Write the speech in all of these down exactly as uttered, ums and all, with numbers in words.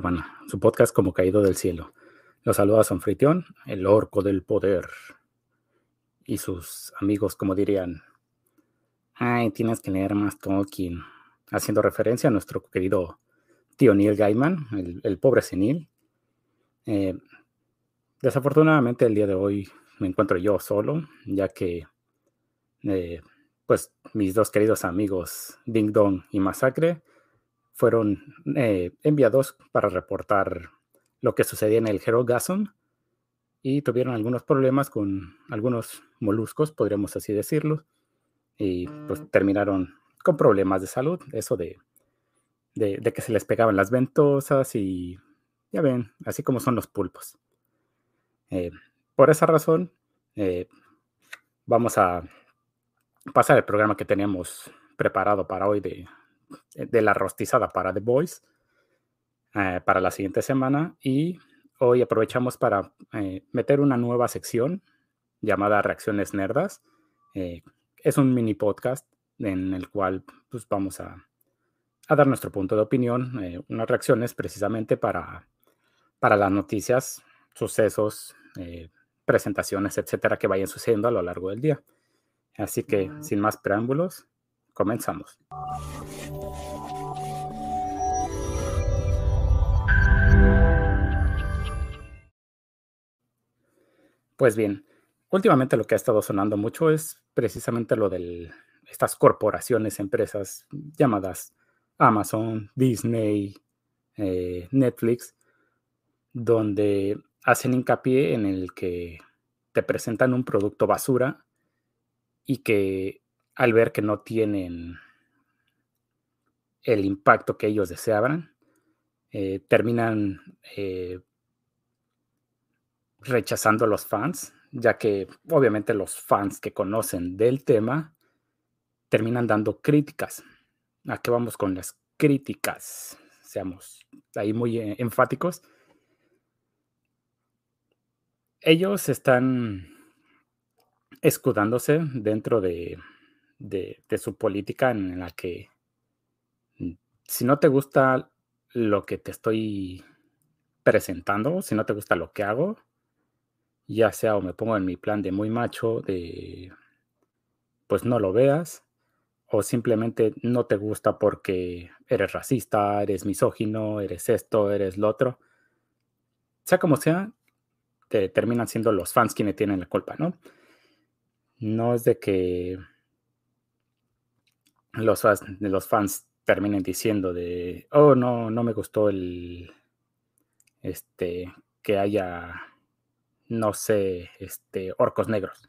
Bueno, su podcast como caído del cielo. Los saluda su anfitrión, el orco del poder. Y sus amigos, como dirían, ay, tienes que leer más Tolkien. Haciendo referencia a nuestro querido tío Neil Gaiman, el, el pobre senil. Eh, desafortunadamente el día de hoy me encuentro yo solo, ya que eh, pues mis dos queridos amigos Ding Dong y Masacre fueron eh, enviados para reportar lo que sucedía en el Hero Gasm y tuvieron algunos problemas con algunos moluscos, podríamos así decirlo, y pues terminaron con problemas de salud, eso de, de, de que se les pegaban las ventosas y ya ven, así como son los pulpos. Eh, por esa razón, eh, vamos a pasar el programa que teníamos preparado para hoy de, de la rostizada para The Boys eh, para la siguiente semana y hoy aprovechamos para eh, meter una nueva sección llamada Reacciones Nerdas. Eh, es un mini podcast en el cual pues, vamos a, a dar nuestro punto de opinión, eh, unas reacciones precisamente para, para las noticias, sucesos, eh, presentaciones, etcétera, que vayan sucediendo a lo largo del día. Así que, sin más preámbulos, comenzamos. Pues bien, últimamente lo que ha estado sonando mucho es precisamente lo de estas corporaciones, empresas llamadas Amazon, Disney, eh, Netflix, donde hacen hincapié en el que te presentan un producto basura y que al ver que no tienen el impacto que ellos deseaban, eh, terminan eh, rechazando a los fans, ya que obviamente los fans que conocen del tema terminan dando críticas. ¿A qué vamos con las críticas? Seamos ahí muy eh, enfáticos. Ellos están escudándose dentro de, de, de su política en la que mm, si no te gusta lo que te estoy presentando, si no te gusta lo que hago, ya sea o me pongo en mi plan de muy macho, de pues no lo veas, o simplemente no te gusta porque eres racista, eres misógino, eres esto, eres lo otro. Sea como sea, te terminan siendo los fans quienes tienen la culpa, ¿no? No es de que los, fans- los fans terminen diciendo de, oh, no, no me gustó el, este, que haya, no sé, este, orcos negros.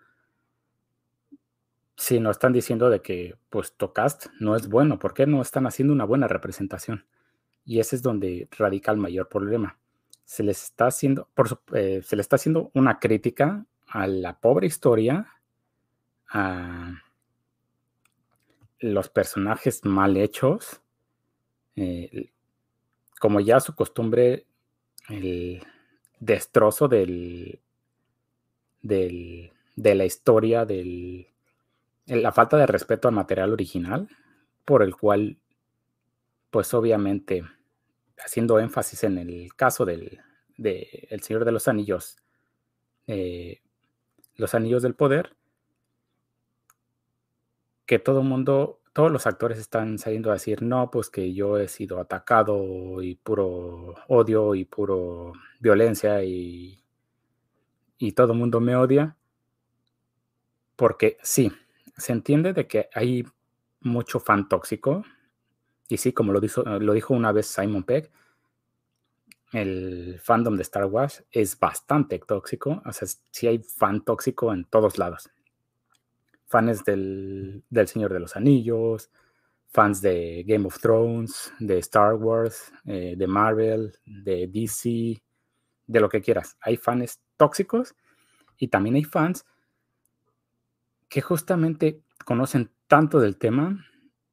Sino están diciendo de que, pues, tu cast no es bueno. ¿Por qué no están haciendo una buena representación? Y ese es donde radica el mayor problema. Se les está haciendo, por, su- eh, se le está haciendo una crítica a la pobre historia, a los personajes mal hechos, eh, como ya su costumbre, el destrozo del, del- de la historia, del, la falta de respeto al material original, por el cual, pues obviamente, haciendo énfasis en el caso del de El Señor de los Anillos, eh, Los Anillos del Poder, que todo el mundo, todos los actores están saliendo a decir, no, pues que yo he sido atacado y puro odio y puro violencia y, y todo el mundo me odia, porque sí, se entiende de que hay mucho fan tóxico, y sí, como lo dijo, lo dijo una vez Simon Pegg, el fandom de Star Wars es bastante tóxico, o sea, sí hay fan tóxico en todos lados. Fans del, del Señor de los Anillos, fans de Game of Thrones, de Star Wars, eh, de Marvel, de D C, de lo que quieras. Hay fans tóxicos y también hay fans que justamente conocen tanto del tema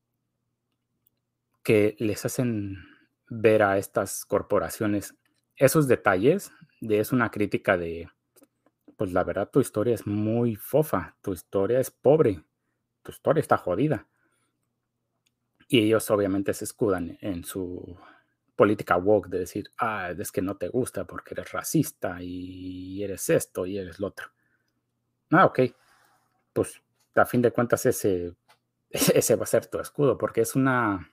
que les hacen ver a estas corporaciones esos detalles de es una crítica de, pues la verdad tu historia es muy fofa, tu historia es pobre, tu historia está jodida. Y ellos obviamente se escudan en su política woke de decir, ah, es que no te gusta porque eres racista y eres esto y eres lo otro. Ah, ok, pues a fin de cuentas ese, ese va a ser tu escudo porque es una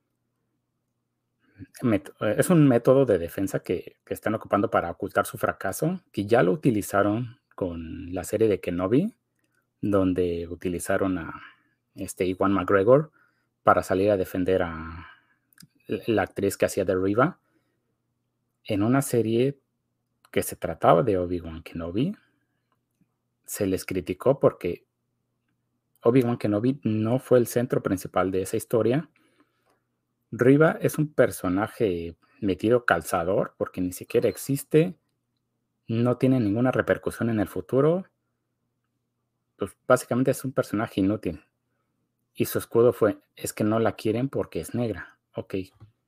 met- eh, es un método de defensa que, que están ocupando para ocultar su fracaso, que ya lo utilizaron con la serie de Kenobi, donde utilizaron a este Iwan McGregor para salir a defender a la actriz que hacía de Riva en una serie que se trataba de Obi-Wan Kenobi. Se les criticó porque Obi-Wan Kenobi no fue el centro principal de esa historia. Riva es un personaje metido calzador porque ni siquiera existe, no tiene ninguna repercusión en el futuro. Pues básicamente es un personaje inútil. Y su escudo fue, es que no la quieren porque es negra. Ok,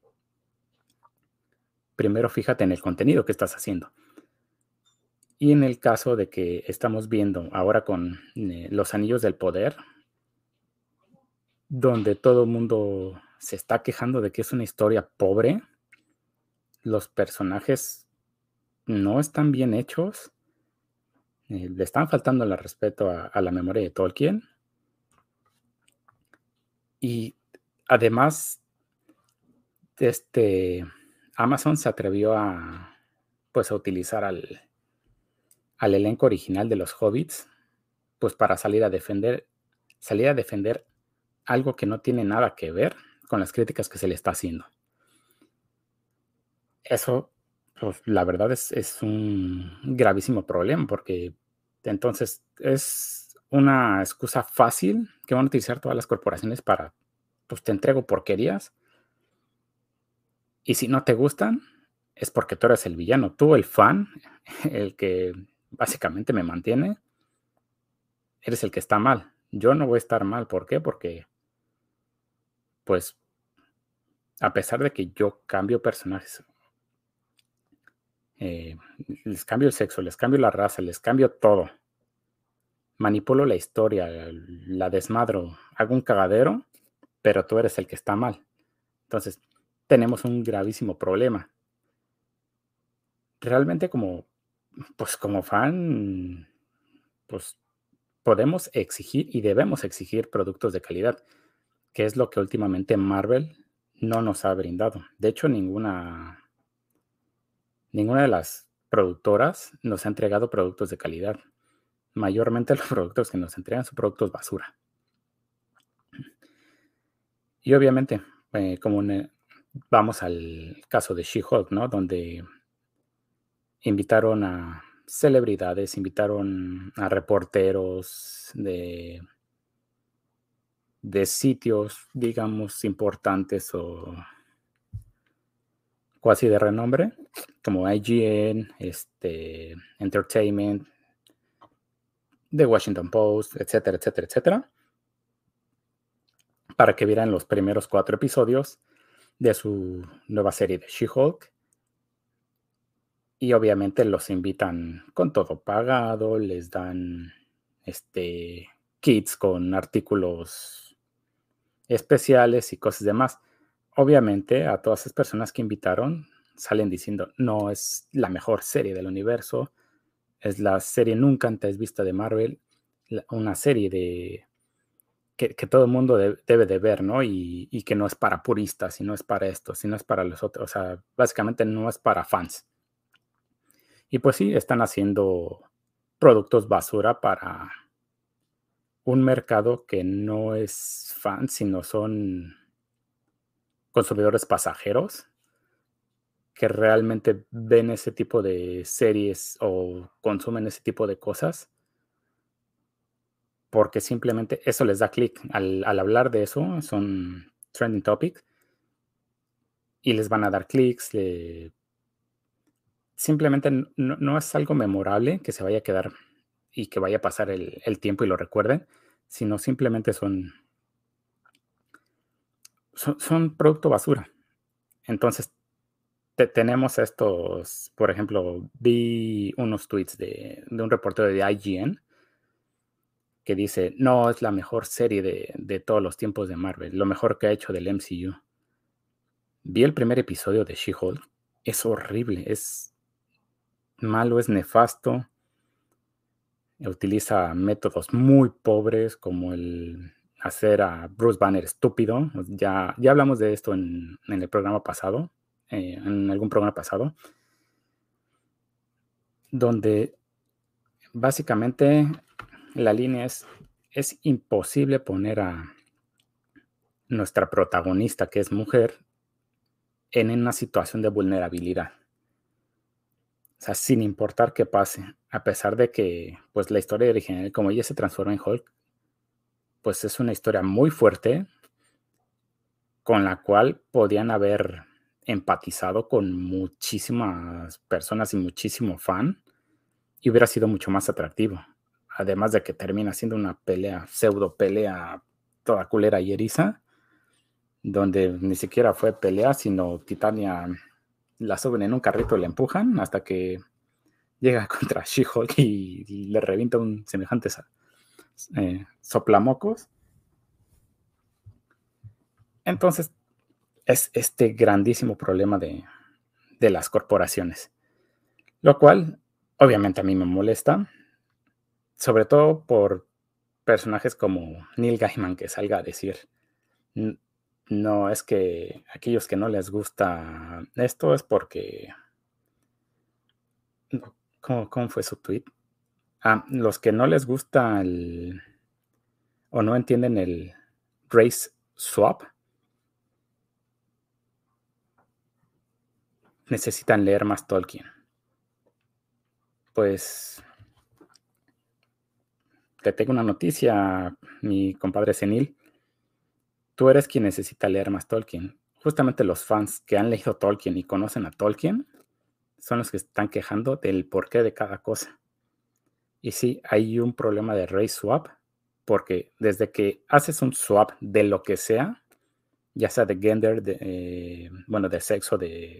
primero fíjate en el contenido que estás haciendo. Y en el caso de que estamos viendo ahora con eh, los anillos del poder, donde todo el mundo se está quejando de que es una historia pobre, los personajes no están bien hechos, eh, le están faltando el respeto a, a la memoria de Tolkien. Y además, este, Amazon se atrevió a, pues, a utilizar al, al elenco original de los Hobbits, pues para salir a defender, salir a defender algo que no tiene nada que ver con las críticas que se le está haciendo. Eso, pues la verdad es, es un gravísimo problema porque entonces es una excusa fácil que van a utilizar todas las corporaciones para, pues te entrego porquerías y si no te gustan es porque tú eres el villano, tú el fan, el que básicamente me mantiene, eres el que está mal. Yo no voy a estar mal, ¿por qué? Porque, pues, a pesar de que yo cambio personajes, eh, les cambio el sexo, les cambio la raza, les cambio todo, manipulo la historia, la desmadro, hago un cagadero, pero tú eres el que está mal. Entonces, tenemos un gravísimo problema. Realmente como, pues como fan, pues podemos exigir y debemos exigir productos de calidad, que es lo que últimamente Marvel no nos ha brindado. De hecho, ninguna, ninguna de las productoras nos ha entregado productos de calidad. Mayormente los productos que nos entregan son productos basura. Y obviamente, eh, como ne- vamos al caso de She-Hulk, ¿no? Donde invitaron a celebridades, invitaron a reporteros de, de sitios, digamos, importantes o cuasi de renombre, como I G N, este, Entertainment, The Washington Post, etcétera, etcétera, etcétera, para que vieran los primeros cuatro episodios de su nueva serie de She-Hulk. Y obviamente los invitan con todo pagado, les dan este kits con artículos especiales y cosas demás. Obviamente a todas esas personas que invitaron salen diciendo, no es la mejor serie del universo, es la serie nunca antes vista de Marvel, una serie de que, que todo el mundo de, debe de ver, ¿no? Y, y que no es para puristas, y no es para esto, sino es para los otros, o sea, básicamente no es para fans. Y pues sí, están haciendo productos basura para un mercado que no es fan, sino son consumidores pasajeros que realmente ven ese tipo de series o consumen ese tipo de cosas porque simplemente eso les da clic. Al, al hablar de eso, son trending topics y les van a dar clics. Le, simplemente no, no es algo memorable que se vaya a quedar y que vaya a pasar el, el tiempo y lo recuerden, sino simplemente son, son, son producto basura. Entonces, te, tenemos estos, por ejemplo, vi unos tweets de, de un reportero de I G N que dice, no, es la mejor serie de, de todos los tiempos de Marvel, lo mejor que ha hecho del M C U. Vi el primer episodio de She-Hulk. Es horrible, es malo, es nefasto. Utiliza métodos muy pobres como el hacer a Bruce Banner estúpido. Ya, ya hablamos de esto en, en el programa pasado, eh, en algún programa pasado, donde básicamente la línea es, es imposible poner a nuestra protagonista, que es mujer, en una situación de vulnerabilidad. O sea, sin importar qué pase, a pesar de que pues la historia original, como ella se transforma en Hulk, pues es una historia muy fuerte con la cual podían haber empatizado con muchísimas personas y muchísimo fan y hubiera sido mucho más atractivo. Además de que termina siendo una pelea, pseudo pelea toda culera y eriza, donde ni siquiera fue pelea, sino Titania la suben en un carrito y la empujan hasta que llega contra She-Hulk y, y le revienta un semejante eh, soplamocos. Entonces, es este grandísimo problema de, de las corporaciones, lo cual obviamente a mí me molesta, sobre todo por personajes como Neil Gaiman que salga a decir, no, es que aquellos que no les gusta esto es porque, ¿cómo, cómo fue su tweet? Ah, los que no les gusta el, o no entienden el race swap, necesitan leer más Tolkien. Pues te tengo una noticia, mi compadre senil. Tú eres quien necesita leer más Tolkien. Justamente los fans que han leído Tolkien y conocen a Tolkien son los que están quejando del porqué de cada cosa. Y sí, hay un problema de race swap, porque desde que haces un swap de lo que sea, ya sea de gender, de, eh, bueno, de sexo, de,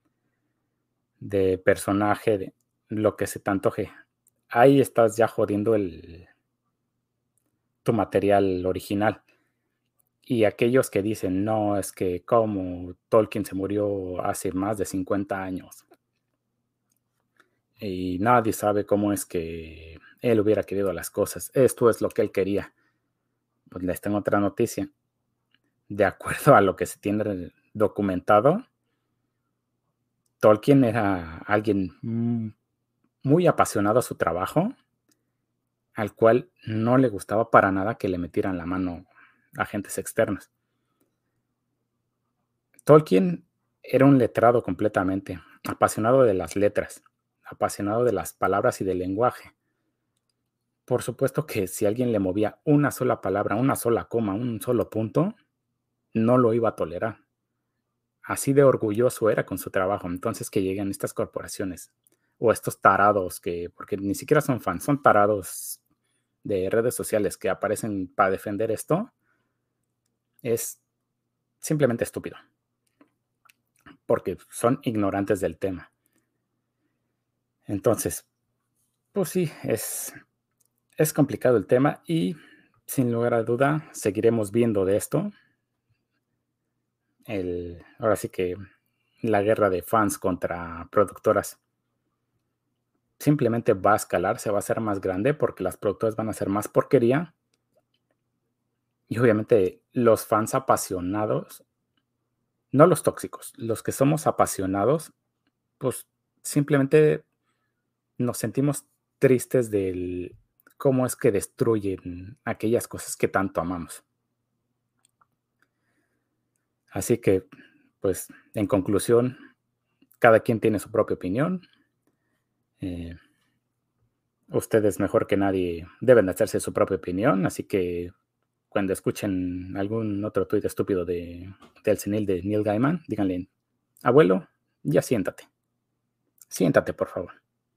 de personaje, de lo que se te antoje, ahí estás ya jodiendo el, tu material original. Y aquellos que dicen, no, es que como Tolkien se murió hace más de cincuenta años y nadie sabe cómo es que él hubiera querido las cosas. Esto es lo que él quería. Pues les tengo otra noticia. De acuerdo a lo que se tiene documentado, Tolkien era alguien muy apasionado a su trabajo, al cual no le gustaba para nada que le metieran la mano agentes externos. Tolkien era un letrado completamente, apasionado de las letras, apasionado de las palabras y del lenguaje. Por supuesto que si alguien le movía una sola palabra, una sola coma, un solo punto, no lo iba a tolerar. Así de orgulloso era con su trabajo. Entonces que lleguen estas corporaciones o estos tarados que, porque ni siquiera son fans, son tarados de redes sociales que aparecen para defender esto, es simplemente estúpido. Porque son ignorantes del tema. Entonces, pues sí, es, es complicado el tema y sin lugar a duda seguiremos viendo de esto. El, ahora sí que la guerra de fans contra productoras simplemente va a escalar, se va a hacer más grande porque las productoras van a hacer más porquería. Y obviamente los fans apasionados, no los tóxicos, los que somos apasionados, pues simplemente nos sentimos tristes del cómo es que destruyen aquellas cosas que tanto amamos. Así que, pues, en conclusión, cada quien tiene su propia opinión. Eh, ustedes mejor que nadie deben hacerse su propia opinión, así que cuando escuchen algún otro tuit estúpido de, del senil de Neil Gaiman, díganle, abuelo, ya siéntate. Siéntate, por favor.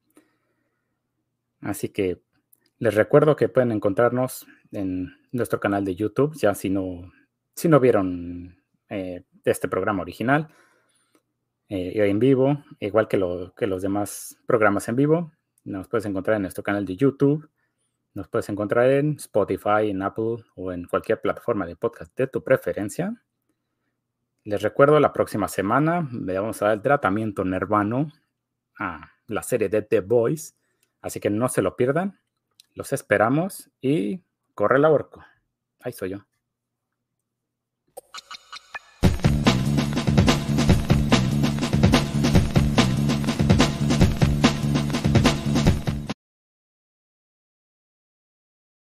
Así que les recuerdo que pueden encontrarnos en nuestro canal de YouTube, ya si no, si no vieron eh, este programa original eh, en vivo, igual que, lo, que los demás programas en vivo. Nos puedes encontrar en nuestro canal de YouTube, nos puedes encontrar en Spotify, en Apple o en cualquier plataforma de podcast de tu preferencia. Les recuerdo, la próxima semana le vamos a dar el tratamiento nervano a la serie de The Boys. Así que no se lo pierdan. Los esperamos y corre la orco. Ahí soy yo.